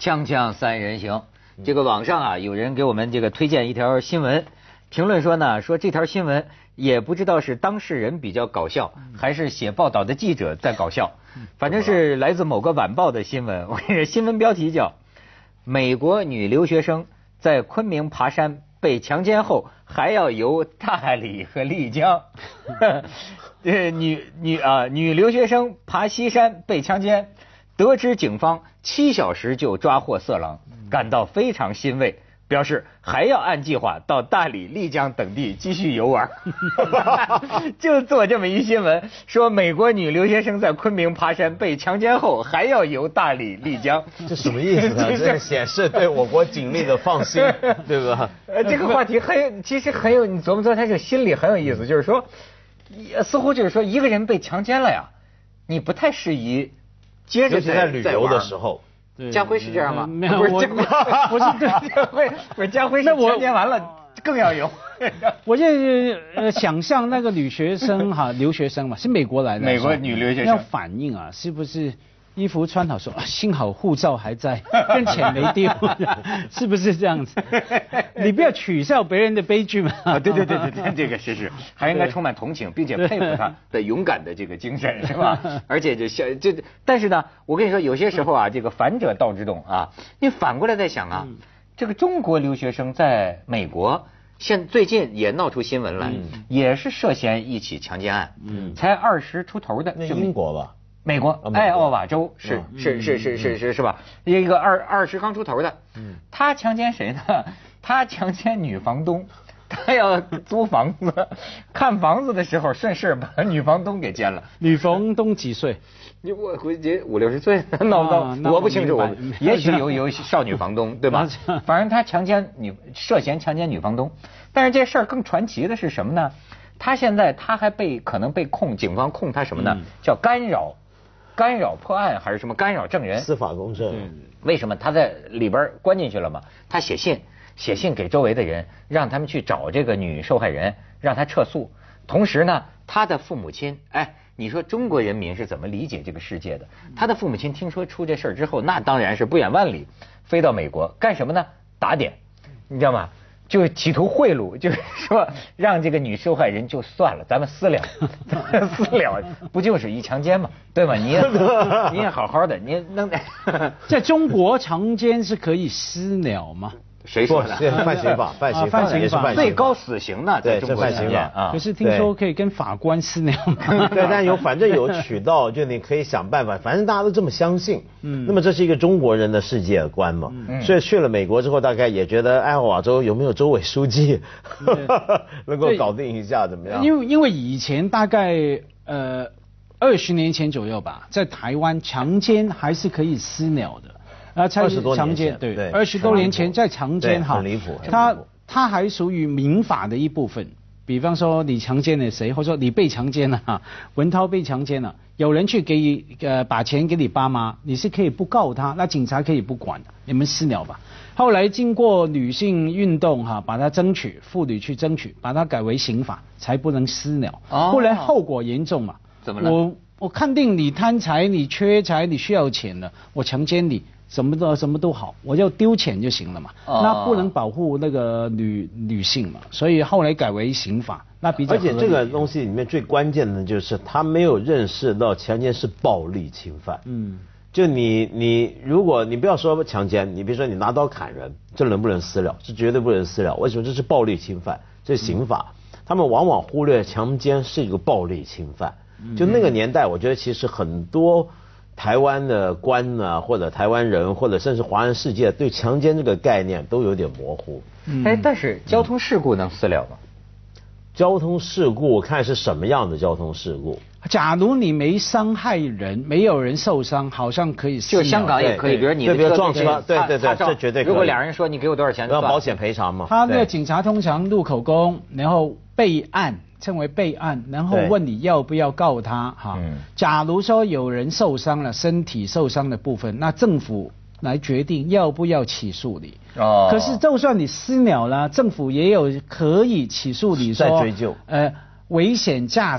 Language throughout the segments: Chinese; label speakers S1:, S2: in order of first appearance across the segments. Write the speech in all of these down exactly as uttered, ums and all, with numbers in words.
S1: 锵锵三人行，这个网上啊，有人给我们这个推荐一条新闻，评论说呢，说这条新闻也不知道是当事人比较搞笑，还是写报道的记者在搞笑，反正是来自某个晚报的新闻。我跟你说，新闻标题叫“美国女留学生在昆明爬山被强奸后，还要游大理和丽江”。呃，女女啊，女留学生爬西山被强奸。得知警方七小时就抓获色狼，感到非常欣慰，表示还要按计划到大理、丽江等地继续游玩。就做这么一新闻，说美国女留学生在昆明爬山被强奸后，还要游大理、丽江。
S2: 这什么意思呢？这显示对我国警力的放心，对吧？
S1: 呃，这个话题很有，其实很有，你琢磨琢磨，他这个心理很有意思，就是说，似乎就是说，一个人被强奸了呀，你不太适宜。接着
S2: 在旅游的时候，
S1: 家辉是这样吗？
S3: 没有，不是，不是
S1: 家辉，不是家辉是强奸完了更要游。
S3: 我就呃想象那个女学生哈，留学生嘛，是美国来的，
S1: 美国女留学生
S3: 要反应啊，是不是？衣服穿好说，幸好护照还在，跟钱没丢，是不是这样子？你不要取笑别人的悲剧嘛。
S1: 啊，对对对对对，这个是是，还应该充满同情，并且佩服他的勇敢的这个精神，是吧？而且就像这，但是呢，我跟你说，有些时候啊，这个反者道之动啊，你反过来在想啊，这个中国留学生在美国。现最近也闹出新闻来，嗯、也是涉嫌一起强奸案，嗯，才二十出头的，
S2: 那英国吧。
S1: 美国爱奥瓦州是是是是是是是吧？一个二二十刚出头的，嗯，他强奸谁呢？他强奸女房东，他要租房子，看房子的时候顺势把女房东给奸了。
S3: 女房东几岁？
S1: 你我估计五六十岁，闹不到，我不清楚，我也许有有少女房东，对吧？反正他强奸女，涉嫌强奸女房东。但是这事儿更传奇的是什么呢？他现在他还被可能被控，警方控他什么呢？叫干扰。干扰破案还是什么干扰证人？
S2: 司法公正。
S1: 嗯，为什么他在里边关进去了嘛？他写信，写信给周围的人，让他们去找这个女受害人，让她撤诉。同时呢，他的父母亲，哎，你说中国人民是怎么理解这个世界的？他的父母亲听说出这事儿之后，那当然是不远万里飞到美国干什么呢？打点，你知道吗？就企图贿赂，就是说让这个女受害人就算了，咱们私了，私了，不就是一强奸嘛，对吧？你也你也好好的，你能
S3: 在中国强奸是可以私了吗？
S1: 谁说的？
S2: 犯刑法，犯刑法也是犯刑，
S1: 最高死刑呢，在中国强奸啊。
S3: 可是听说可以跟法官私了。
S2: 对，但有反正有渠道，就你可以想办法，反正大家都这么相信。嗯。那么这是一个中国人的世界观嘛？嗯。所以去了美国之后，大概也觉得爱奥瓦州有没有州委书记能够搞定一下，怎么样？
S3: 因为因为以前大概呃二十年前左右吧，在台湾强奸还是可以私了的。啊，
S2: 二十多
S3: 年前，对，二十多年前在强奸哈，
S2: 很离谱。
S3: 他他还属于民法的一部分，比方说你强奸了谁，或者说你被强奸了哈，文涛被强奸了，有人去给呃把钱给你爸妈，你是可以不告他，那警察可以不管，你们私了吧。后来经过女性运动哈，把它争取，妇女去争取，把它改为刑法，才不能私了。哦，不然后果严重嘛。
S1: 怎么了？
S3: 我我判定你贪财，你缺财，你需要钱了，我强奸你。什么都什么都好，我就丢钱就行了嘛。哦、那不能保护那个女女性嘛，所以后来改为刑法，那比较。
S2: 而且这个东西里面最关键的就是他没有认识到强奸是暴力侵犯。嗯，就你你如果你不要说强奸，你比如说你拿刀砍人，这能不能私了？是绝对不能私了。为什么？这是暴力侵犯，这是刑法。嗯、他们往往忽略强奸是一个暴力侵犯。就那个年代，我觉得其实很多。台湾的官啊，或者台湾人，或者甚至华人世界，对强奸这个概念都有点模糊。
S1: 哎、嗯，但是交通事故能私了吗？
S2: 交通事故看是什么样的交通事故。
S3: 假如你没伤害人，没有人受伤，好像可以私了。
S1: 就香港也可以，比如你的
S2: 车撞车，对对对，这绝对可以。
S1: 如果两人说你给我多少钱，
S2: 要保险赔偿嘛。
S3: 他那个警察通常录口供，然后备案。称为备案，然后问你要不要告他哈。嗯、假如说有人受伤了，身体受伤的部分，那政府来决定要不要起诉你。哦。可是就算你私了了，政府也有可以起诉你说，
S2: 再追究。
S3: 呃，危险驾驶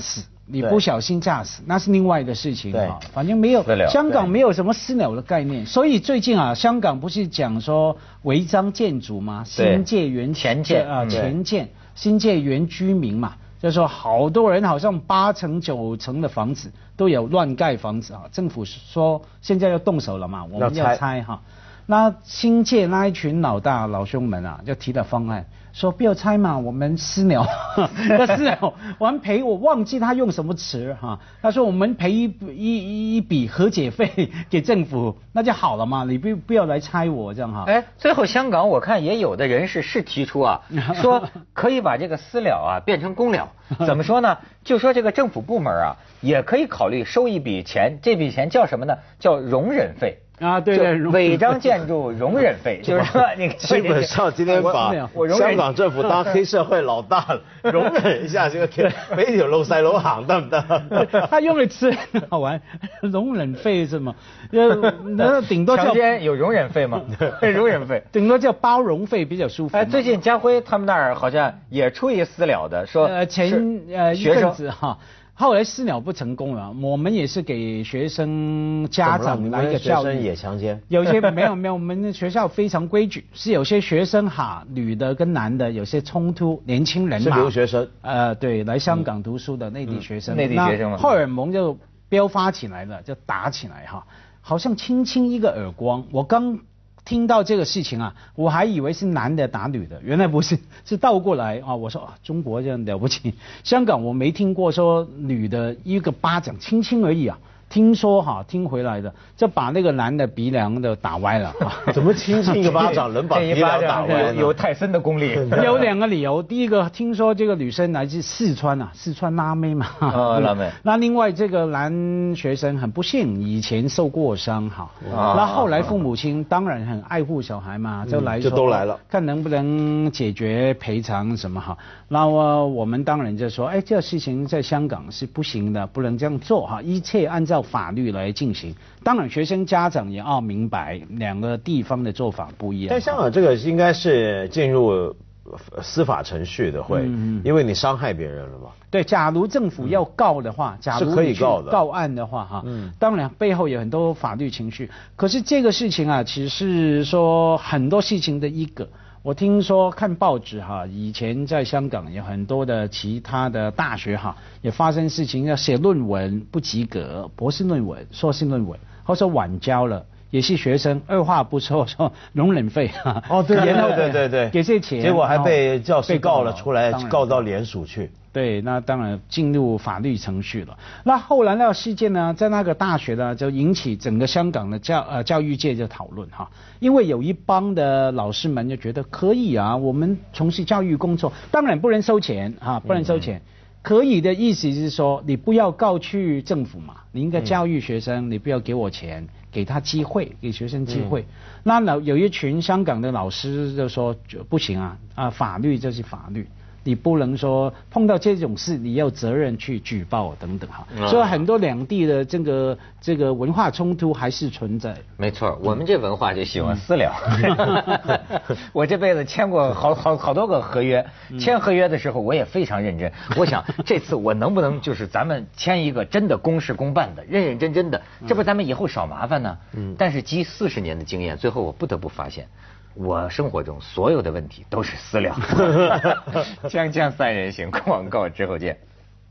S3: 你不小心驾驶，那是另外的事情啊。反正没有香港没有什么私了的概念，所以最近啊，香港不是讲说违章建筑吗？新界原
S1: 前建
S3: 啊，前建新界原居民嘛，就是说好多人好像八成九成的房子都有乱盖房子啊。政府说现在要动手了嘛，我们要拆哈。那新界那一群老大老兄们啊，就提了方案，说不要拆嘛，我们私了，那私了，我们赔，我忘记他用什么词哈，他说我们赔一一一笔和解费给政府，那就好了嘛，你不不要来拆我这样哈。
S1: 哎，最后香港我看也有的人士是提出啊，说可以把这个私了啊变成公了，怎么说呢？就说这个政府部门啊也可以考虑收一笔钱，这笔钱叫什么呢？叫容忍费。
S3: 啊，对对，
S1: 违章建筑容忍费，就是说你
S2: 基本上今天把香港政府当黑社会老大了，容忍一下这个每条路細佬行得唔得？
S3: 他用的词很好玩，容忍费是吗？那顶多
S1: 强奸有容忍费吗？容忍费
S3: 顶多叫包容费比较舒服。
S1: 哎，最近家辉他们那儿好像也出一私了的，说
S3: 呃前呃一阵子哈。后来私了不成功了，我们也是给学生家长来一个教育。
S2: 学生也强奸？
S3: 有些没有没有，我们学校非常规矩，是有些学生哈，女的跟男的有些冲突，年轻人嘛。
S2: 是留学生。
S3: 呃，对，来香港读书的内地学生。
S1: 内地学生嘛。
S3: 荷尔蒙就飙发起来了，就打起来哈，好像轻轻一个耳光，我刚。听到这个事情啊，我还以为是男的打女的，原来不是，是倒过来啊！我说啊，中国这样了不起，香港我没听过说女的一个巴掌轻轻而已啊。听说哈，听回来的就把那个男的鼻梁的打歪了。
S2: 怎么轻轻一个巴掌能把鼻梁打歪？
S1: 有泰森的功力。
S3: 有两个理由，第一个听说这个女生来自四川啊，四川拉妹嘛。
S1: 哦，拉妹。
S3: 那另外这个男学生很不幸以前受过伤哈，那后来父母亲当然很爱护小孩嘛，就来
S2: 就都来了，
S3: 看能不能解决赔偿什么哈。那我我们当然就说，哎，这事情在香港是不行的，不能这样做哈，一切按照法律来进行。当然学生家长也要明白两个地方的做法不一样。
S2: 但香港这个应该是进入司法程序的会，嗯、因为你伤害别人了嘛。
S3: 对，假如政府要告的话，嗯、假如
S2: 是可以告的。
S3: 告案的话哈，嗯，当然背后有很多法律程序。可是这个事情啊，其实是说很多事情的一个。我听说看报纸哈，以前在香港有很多的其他的大学哈，也发生事情，要写论文不及格，博士论文、硕士论文，或者晚交了，也是学生二话不说说容忍费哈。
S2: 哦，对对对对对对，
S3: 给这钱，
S2: 结果还被教师告了出来，告到联署去。
S3: 对，那当然进入法律程序了。那后来那个事件呢，在那个大学呢，就引起整个香港的教呃教育界就讨论哈，因为有一帮的老师们就觉得可以啊，我们从事教育工作，当然不能收钱啊，不能收钱。嗯、可以的意思是说，你不要告去政府嘛，你应该教育学生，嗯、你不要给我钱，给他机会，给学生机会。嗯、那老有一群香港的老师就说不行啊，啊法律就是法律。你不能说碰到这种事，你要责任去举报等等哈，嗯、所以很多两地的这个这个文化冲突还是存在。
S1: 没错，我们这文化就喜欢私了。嗯、我这辈子签过好好好多个合约，签合约的时候我也非常认真。我想这次我能不能就是咱们签一个真的公事公办的、认认真真的，这不咱们以后少麻烦呢？嗯。但是积四十年的经验，最后我不得不发现。我生活中所有的问题都是私了。锵锵三人行，广告之后见。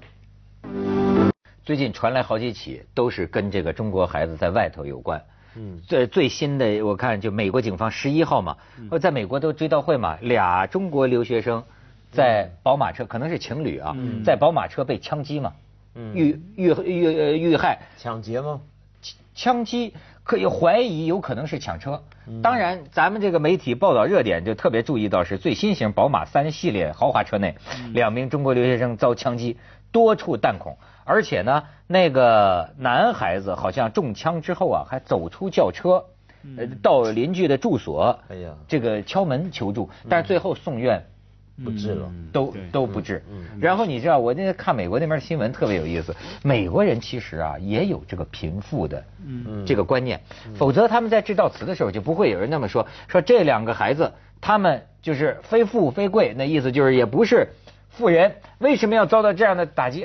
S1: 最近传来好几起，都是跟这个中国孩子在外头有关。嗯，最最新的我看就美国警方十一号嘛，嗯、在美国都追悼会嘛，俩中国留学生在宝马车，可能是情侣啊，嗯、在宝马车被枪击嘛，嗯、遇遇遇遇害。
S2: 抢劫吗？
S1: 枪击可以怀疑有可能是抢车。当然咱们这个媒体报道热点就特别注意到是最新型宝马三系列豪华车内两名中国留学生遭枪击，多处弹孔，而且呢那个男孩子好像中枪之后啊还走出轿车，呃到邻居的住所，哎呀，这个敲门求助，但是最后送院
S2: 不治了，
S1: 都都不治。然后你知道我那看美国那边新闻特别有意思，美国人其实啊也有这个贫富的这个观念，否则他们在致悼词的时候就不会有人那么说，说这两个孩子他们就是非富非贵，那意思就是也不是富人，为什么要遭到这样的打击？哎，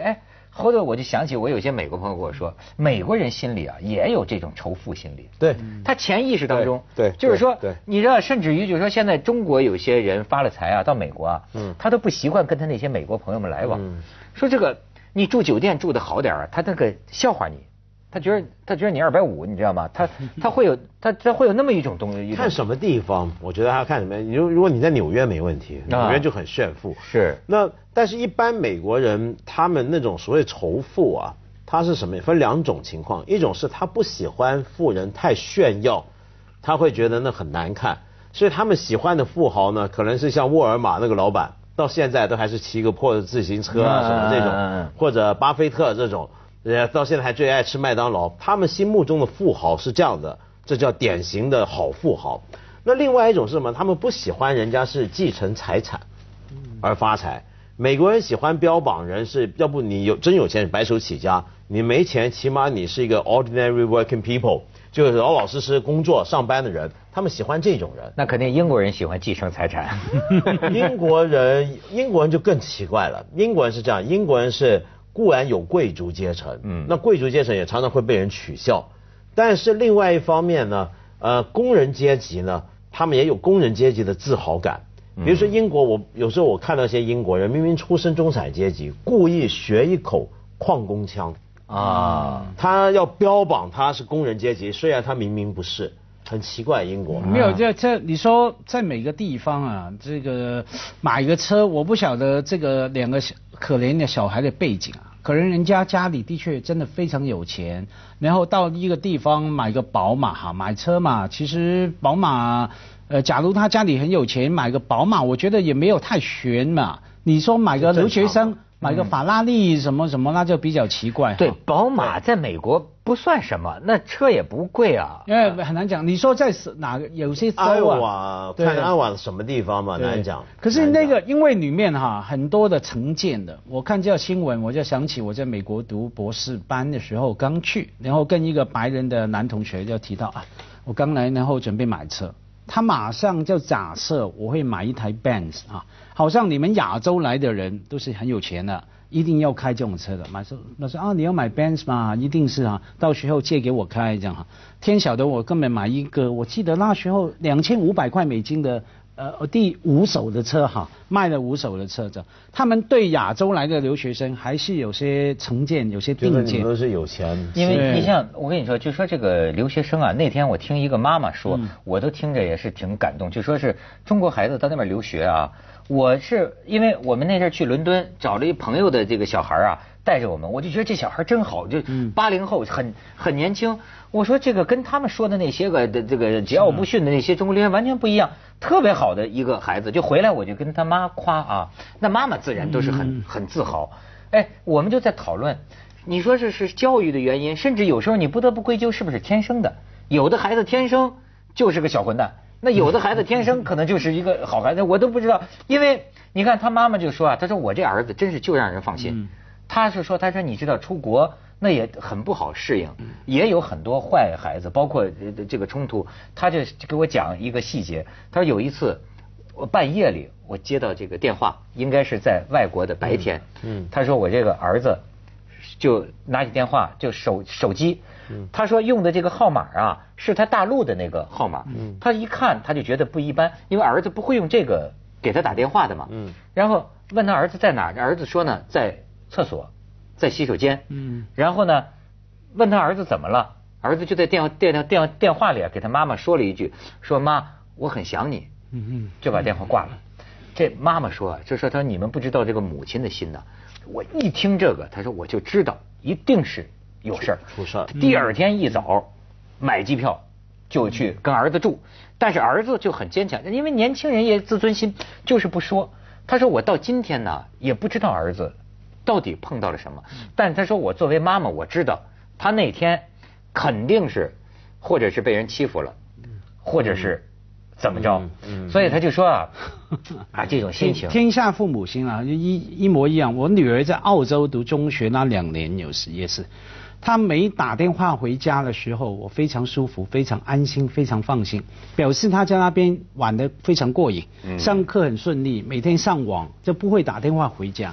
S1: 后头我就想起我有些美国朋友跟我说，美国人心里啊也有这种仇富心理。
S2: 对，
S1: 他潜意识当中，
S2: 对，
S1: 就是说，
S2: 对，
S1: 你知道，甚至于就是说，现在中国有些人发了财啊，到美国啊，嗯，他都不习惯跟他那些美国朋友们来往，说这个你住酒店住的好点啊，他那个笑话你。他觉得他觉得你二百五，你知道吗？他他会有他他会有那么一种东西。
S2: 看什么地方？我觉得还要看什么。你如如果你在纽约没问题，纽约就很炫富。
S1: 是。
S2: 那但是，一般美国人他们那种所谓仇富啊，他是什么？分两种情况，一种是他不喜欢富人太炫耀，他会觉得那很难看，所以他们喜欢的富豪呢，可能是像沃尔玛那个老板，到现在都还是骑个破的自行车啊什么这种，或者巴菲特这种。人家到现在还最爱吃麦当劳，他们心目中的富豪是这样的，这叫典型的好富豪。那另外一种是什么？他们不喜欢人家是继承财产而发财。美国人喜欢标榜人是，要不你有真有钱白手起家，你没钱起码你是一个 ordinary working people， 就是老老实实工作上班的人，他们喜欢这种人。
S1: 那肯定英国人喜欢继承财产。
S2: 英国人，英国人就更奇怪了。英国人是这样，英国人是。固然有贵族阶层，嗯，那贵族阶层也常常会被人取笑，但是另外一方面呢，呃，工人阶级呢，他们也有工人阶级的自豪感。比如说英国，我有时候我看到一些英国人明明出身中产阶级，故意学一口矿工腔啊，他要标榜他是工人阶级，虽然他明明不是。很奇怪，英国
S3: 没有这这，你说在每个地方啊，这个买一个车，我不晓得这个两个可怜的小孩的背景啊，可能人家家里的确真的非常有钱，然后到一个地方买个宝马哈，买车嘛，其实宝马，呃，假如他家里很有钱，买个宝马，我觉得也没有太悬嘛。你说买个留学生。买个法拉利什么什么，那就比较奇怪。
S1: 对，宝马在美国不算什么，那车也不贵啊。
S3: 因为很难讲，你说在哪个有些州啊，
S2: 艾瓦看艾瓦什么地方嘛，难讲。
S3: 可是那个因为里面哈很多的成见的，我看这新闻我就想起我在美国读博士班的时候刚去，然后跟一个白人的男同学就提到啊，我刚来然后准备买车。他马上就假设我会买一台 Benz 啊，好像你们亚洲来的人都是很有钱的，一定要开这种车的。买车他说啊，你要买 Benz 吗？一定是啊，到时候借给我开这样哈。天晓得我根本买一个，我记得那时候两千五百块美金的呃第五手的车哈，卖了五手的车子。他们对亚洲来的留学生还是有些成见，有些定见。
S2: 都是有钱。
S1: 因为你像我跟你说，就说这个留学生啊，那天我听一个妈妈说，嗯、我都听着也是挺感动，就说是中国孩子到那边留学啊。我是因为我们那阵去伦敦找了一朋友的这个小孩啊，带着我们，我就觉得这小孩真好，就八零后很很年轻。我说这个跟他们说的那些个的这个桀骜不驯的那些中国留学生完全不一样，特别好的一个孩子，就回来我就跟他妈夸啊，那妈妈自然都是很很自豪。哎，我们就在讨论，你说这是教育的原因，甚至有时候你不得不归咎是不是天生的，有的孩子天生就是个小混蛋。那有的孩子天生可能就是一个好孩子，我都不知道。因为你看他妈妈就说啊，他说我这儿子真是就让人放心。嗯、他是说，他说你知道出国那也很不好适应，也有很多坏孩子，包括这个冲突。他就给我讲一个细节，他说有一次我半夜里我接到这个电话，应该是在外国的白天。嗯，他说我这个儿子就拿起电话就手手机。他说用的这个号码啊，是他大陆的那个号码。嗯，他一看他就觉得不一般，因为儿子不会用这个给他打电话的嘛。嗯，然后问他儿子在哪儿，儿子说呢在厕所，在洗手间。嗯，然后呢问他儿子怎么了，儿子就在电话电电电电话里给他妈妈说了一句，说妈我很想你。嗯嗯，就把电话挂了。这妈妈说，就说他说你们不知道这个母亲的心呐。我一听这个，他说我就知道一定是。有事儿
S2: 出事儿，
S1: 第二天一早买机票就去跟儿子住，但是儿子就很坚强，因为年轻人也自尊心，就是不说。他说我到今天呢也不知道儿子到底碰到了什么，但他说我作为妈妈我知道他那天肯定是或者是被人欺负了，或者是怎么着，所以他就说啊啊这种心情，
S3: 天下父母心啊，一一模一样。我女儿在澳洲读中学那两年，有时也是。他每打电话回家的时候，我非常舒服，非常安心，非常放心，表示他在那边玩得非常过瘾，上课很顺利，每天上网就不会打电话回家。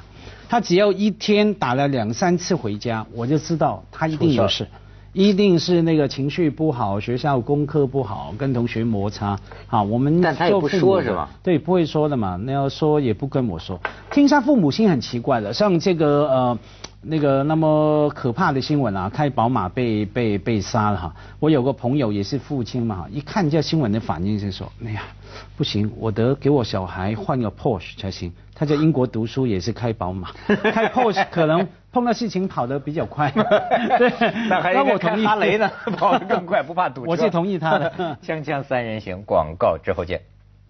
S3: 他只要一天打了两三次回家，我就知道他一定有事。一定是那个情绪不好，学校功课不好，跟同学摩擦啊。我们
S1: 但他也不说是吧？
S3: 对，不会说的嘛。那要说也不跟我说。听说父母亲很奇怪的，像这个呃那个那么可怕的新闻啊，开宝马被被被杀了哈。我有个朋友也是父亲嘛，一看这新闻的反应是说，哎呀，不行，我得给我小孩换个 Porsche 才行。他在英国读书也是开宝马，开 Porsche 可能碰到事情跑得比较快。对，
S1: 那还我同意哈雷呢，跑得更快，不怕堵车。
S3: 我是同意他的。
S1: 锵锵三人行，广告之后见。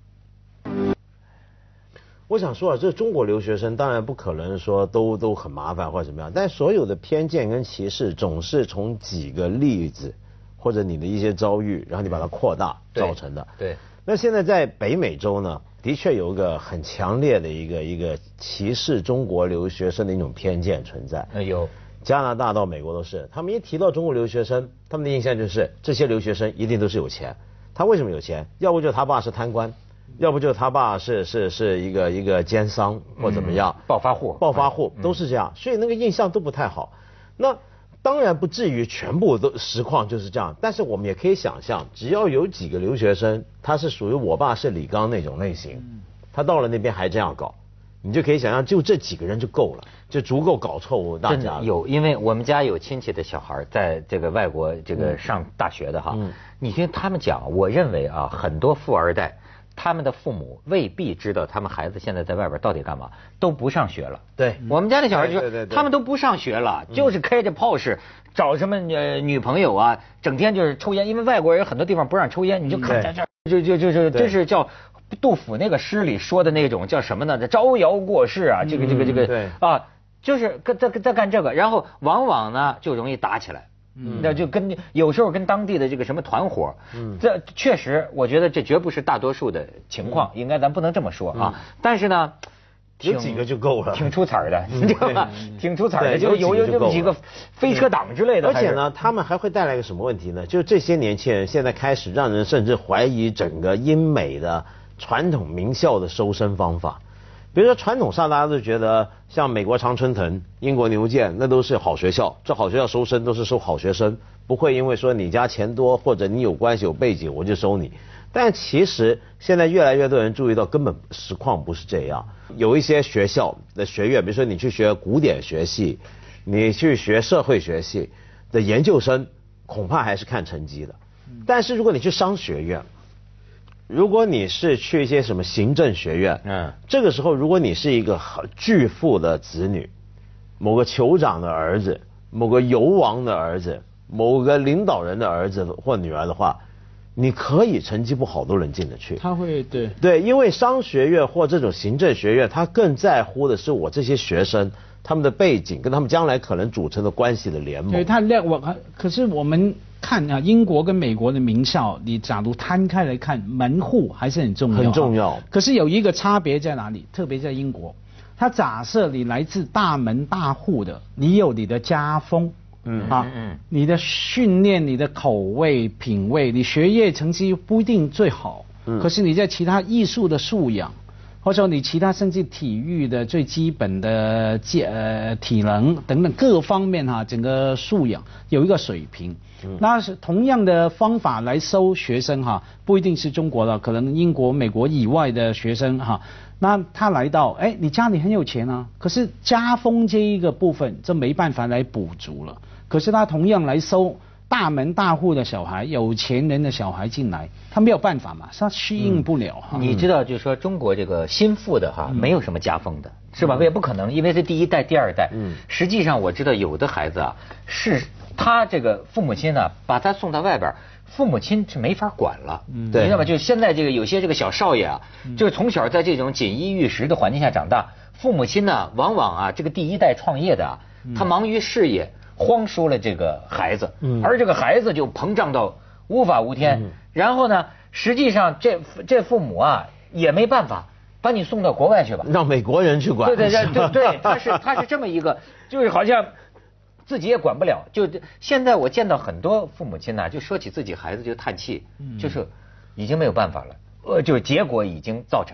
S2: 我想说啊，这中国留学生当然不可能说都都很麻烦或者怎么样，但所有的偏见跟歧视总是从几个例子或者你的一些遭遇，然后你把它扩大造成的。
S1: 对。对
S2: 那现在在北美洲呢，的确有一个很强烈的一个一个歧视中国留学生的一种偏见存在。
S1: 呃，有。
S2: 加拿大到美国都是，他们一提到中国留学生，他们的印象就是这些留学生一定都是有钱。他为什么有钱？要不就是他爸是贪官，要不就是他爸是是是一个一个奸商或怎么样，
S1: 嗯、暴发户，
S2: 暴发户都是这样，所以那个印象都不太好。那当然不至于全部都实况就是这样，但是我们也可以想象，只要有几个留学生，他是属于我爸是李刚那种类型，他到了那边还这样搞，你就可以想象，就这几个人就够了，就足够搞臭大家。
S1: 有，因为我们家有亲戚的小孩在这个外国这个上大学的哈，嗯、你听他们讲，我认为啊，很多富二代。他们的父母未必知道他们孩子现在在外边到底干嘛，都不上学了。
S2: 对，
S1: 我们家那小孩就说，他们都不上学了，就是开着炮式找什么呃女朋友啊，整天就是抽烟，因为外国人很多地方不让抽烟，你就看这这就就就这是叫杜甫那个诗里说的那种叫什么呢？招摇过市啊，这个这个这个啊，就是跟在在干这个，然后往往呢就容易打起来。嗯，那就跟有时候跟当地的这个什么团伙，嗯，这确实，我觉得这绝不是大多数的情况，嗯、应该咱不能这么说啊。嗯、但是呢，
S2: 有几个就够了，
S1: 挺出彩的，你知道吗？挺出彩的，就有有这么几个飞车党之类的。
S2: 而且呢，他们还会带来一个什么问题呢？就这些年轻人现在开始让人甚至怀疑整个英美的传统名校的收生方法。比如说传统上大家都觉得像美国常春藤、英国牛剑那都是好学校，这好学校收生都是收好学生，不会因为说你家钱多或者你有关系有背景我就收你。但其实现在越来越多人注意到根本实况不是这样，有一些学校的学院，比如说你去学古典学系，你去学社会学系的研究生恐怕还是看成绩的，但是如果你去商学院，如果你是去一些什么行政学院，嗯，这个时候如果你是一个巨富的子女，某个酋长的儿子，某个游王的儿子，某个领导人的儿子或女儿的话，你可以成绩不好都能进得去。
S3: 他会对
S2: 对，因为商学院或这种行政学院，他更在乎的是我这些学生他们的背景跟他们将来可能组成的关系的联盟。
S3: 对，他亮我可是我们。看啊，英国跟美国的名校，你假如摊开来看，门户还是很重要，
S2: 很重要。
S3: 可是有一个差别在哪里？特别在英国，它假设你来自大门大户的，你有你的家风，嗯啊，嗯，你的训练、你的口味、品味，你学业成绩不一定最好，嗯，可是你在其他艺术的素养。或者说你其他甚至体育的最基本的呃体能等等各方面哈、啊，整个素养有一个水平。嗯、那是同样的方法来收学生哈、啊，不一定是中国的，可能英国、美国以外的学生哈、啊。那他来到，哎，你家里很有钱啊，可是家风这一个部分，这没办法来补足了。可是他同样来收。大门大户的小孩，有钱人的小孩进来，他没有办法嘛，他适应不了。
S1: 嗯、你知道，就是说中国这个心腹的哈，嗯、没有什么家风的，是吧？也不可能，因为是第一代、第二代。嗯，实际上我知道有的孩子啊，是他这个父母亲呢，把他送到外边，父母亲是没法管了。嗯，对，你知道吗？就现在这个有些这个小少爷啊，就是从小在这种锦衣玉食的环境下长大，父母亲呢，往往啊，这个第一代创业的啊，他忙于事业。荒疏了这个孩子，嗯，而这个孩子就膨胀到无法无天，嗯、然后呢，实际上这这父母啊也没办法把你送到国外去吧，
S2: 让美国人去管。
S1: 对对对对对，他是他是这么一个，就是好像自己也管不了。就现在我见到很多父母亲呢，就说起自己孩子就叹气，嗯、就是已经没有办法了，呃，就是结果已经造成。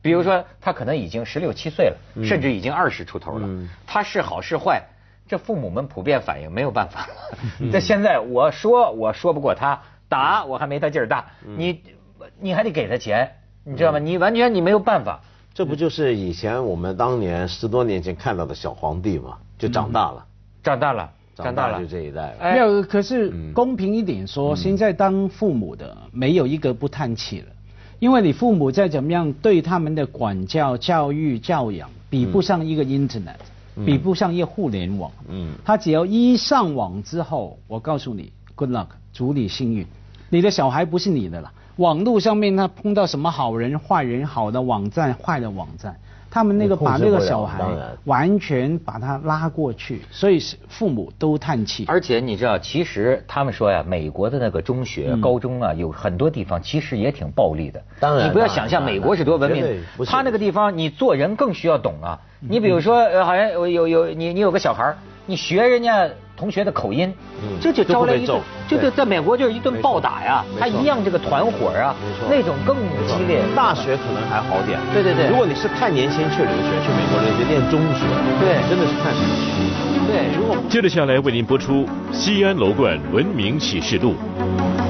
S1: 比如说他可能已经十六七岁了，嗯、甚至已经二十出头了，嗯、他是好是坏，这父母们普遍反应没有办法。这、嗯、现在我说我说不过他，打我还没他劲儿大，嗯、你你还得给他钱，你知道吗？你完全你没有办法。
S2: 这不就是以前我们当年十多年前看到的小皇帝吗？就长大了，嗯、
S1: 长大了。
S2: 长大了就这一代了。
S3: 没有，可是公平一点说，嗯、现在当父母的没有一个不叹气了，因为你父母再怎么样对他们的管教、教育、教养，比不上一个 Internet，、嗯、比不上一个互联网。嗯，他只要一上网之后，我告诉你 ，Good luck， 祝你幸运，你的小孩不是你的了。网络上面他碰到什么好人、坏人，好的网站、坏的网站。他们那个把那个小孩完全把他拉过去，所以父母都叹气。
S1: 而且你知道，其实他们说呀，美国的那个中学、嗯、高中啊，有很多地方其实也挺暴力的。
S2: 当然，
S1: 你不要想象美国是多文明，他那个地方你做人更需要懂啊。嗯、你比如说，呃，好像有有有你你有个小孩，你学人家同学的口音，嗯、这就招来一顿，这就在美国就是一顿暴打呀。他一样这个团伙啊，那种更激烈。
S2: 大学可能还好点。
S1: 对对对。
S2: 如果你是太年轻去留学，去美国留学念中学，
S1: 对，
S2: 真的是看时区。
S1: 对，如果
S4: 接着下来为您播出《西安楼冠文明启示录》。